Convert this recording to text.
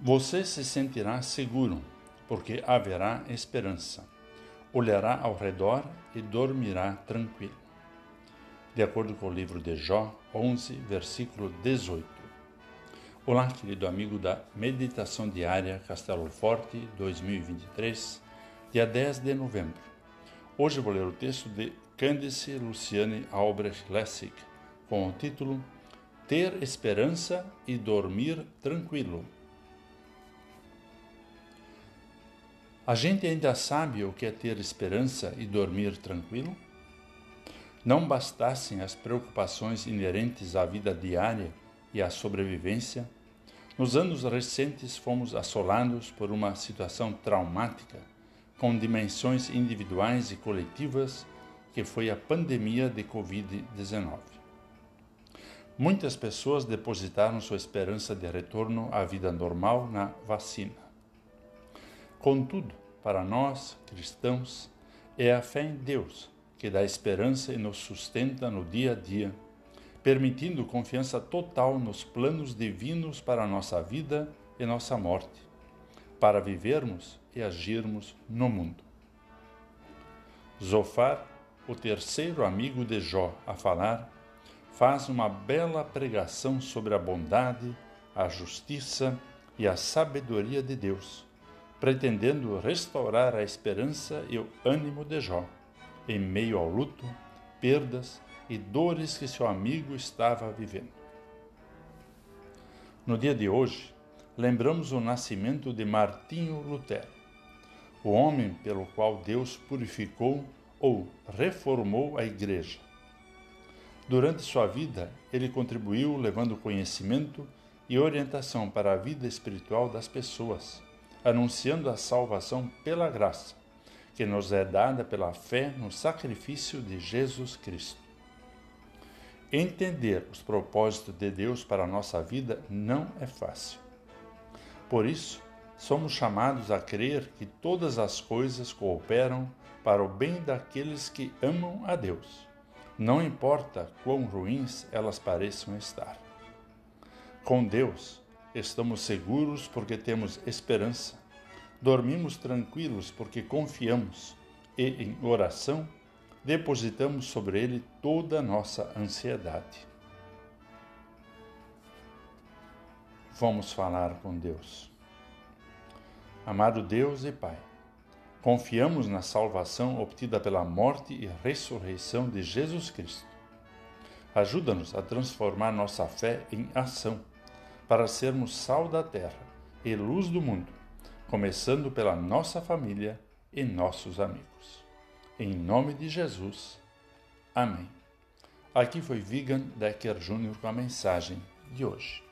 Você se sentirá seguro, porque haverá esperança. Olhará ao redor e dormirá tranquilo. De acordo com o livro de Jó 11, versículo 18. Olá, querido amigo da Meditação Diária Castelo Forte 2023, dia 10 de novembro. Hoje vou ler o texto de Candice Luciane Albrecht Lessig, com o título Ter Esperança e Dormir Tranquilo. A gente ainda sabe o que é ter esperança e dormir tranquilo? Não bastassem as preocupações inerentes à vida diária e à sobrevivência, nos anos recentes fomos assolados por uma situação traumática, com dimensões individuais e coletivas, que foi a pandemia de Covid-19. Muitas pessoas depositaram sua esperança de retorno à vida normal na vacina. Contudo, para nós, cristãos, é a fé em Deus que dá esperança e nos sustenta no dia a dia, permitindo confiança total nos planos divinos para a nossa vida e nossa morte, para vivermos e agirmos no mundo. Zofar, o terceiro amigo de Jó a falar, faz uma bela pregação sobre a bondade, a justiça e a sabedoria de Deus, pretendendo restaurar a esperança e o ânimo de Jó, em meio ao luto, perdas e dores que seu amigo estava vivendo. No dia de hoje, lembramos o nascimento de Martinho Lutero, o homem pelo qual Deus purificou ou reformou a Igreja. Durante sua vida, ele contribuiu levando conhecimento e orientação para a vida espiritual das pessoas, anunciando a salvação pela graça, que nos é dada pela fé no sacrifício de Jesus Cristo. Entender os propósitos de Deus para a nossa vida não é fácil. Por isso, somos chamados a crer que todas as coisas cooperam para o bem daqueles que amam a Deus, não importa quão ruins elas pareçam estar. Com Deus, estamos seguros porque temos esperança, dormimos tranquilos porque confiamos e, em oração, depositamos sobre Ele toda a nossa ansiedade. Vamos falar com Deus. Amado Deus e Pai, confiamos na salvação obtida pela morte e ressurreição de Jesus Cristo. Ajuda-nos a transformar nossa fé em ação, para sermos sal da terra e luz do mundo, começando pela nossa família e nossos amigos. Em nome de Jesus. Amém. Aqui foi Vigan Decker Jr. com a mensagem de hoje.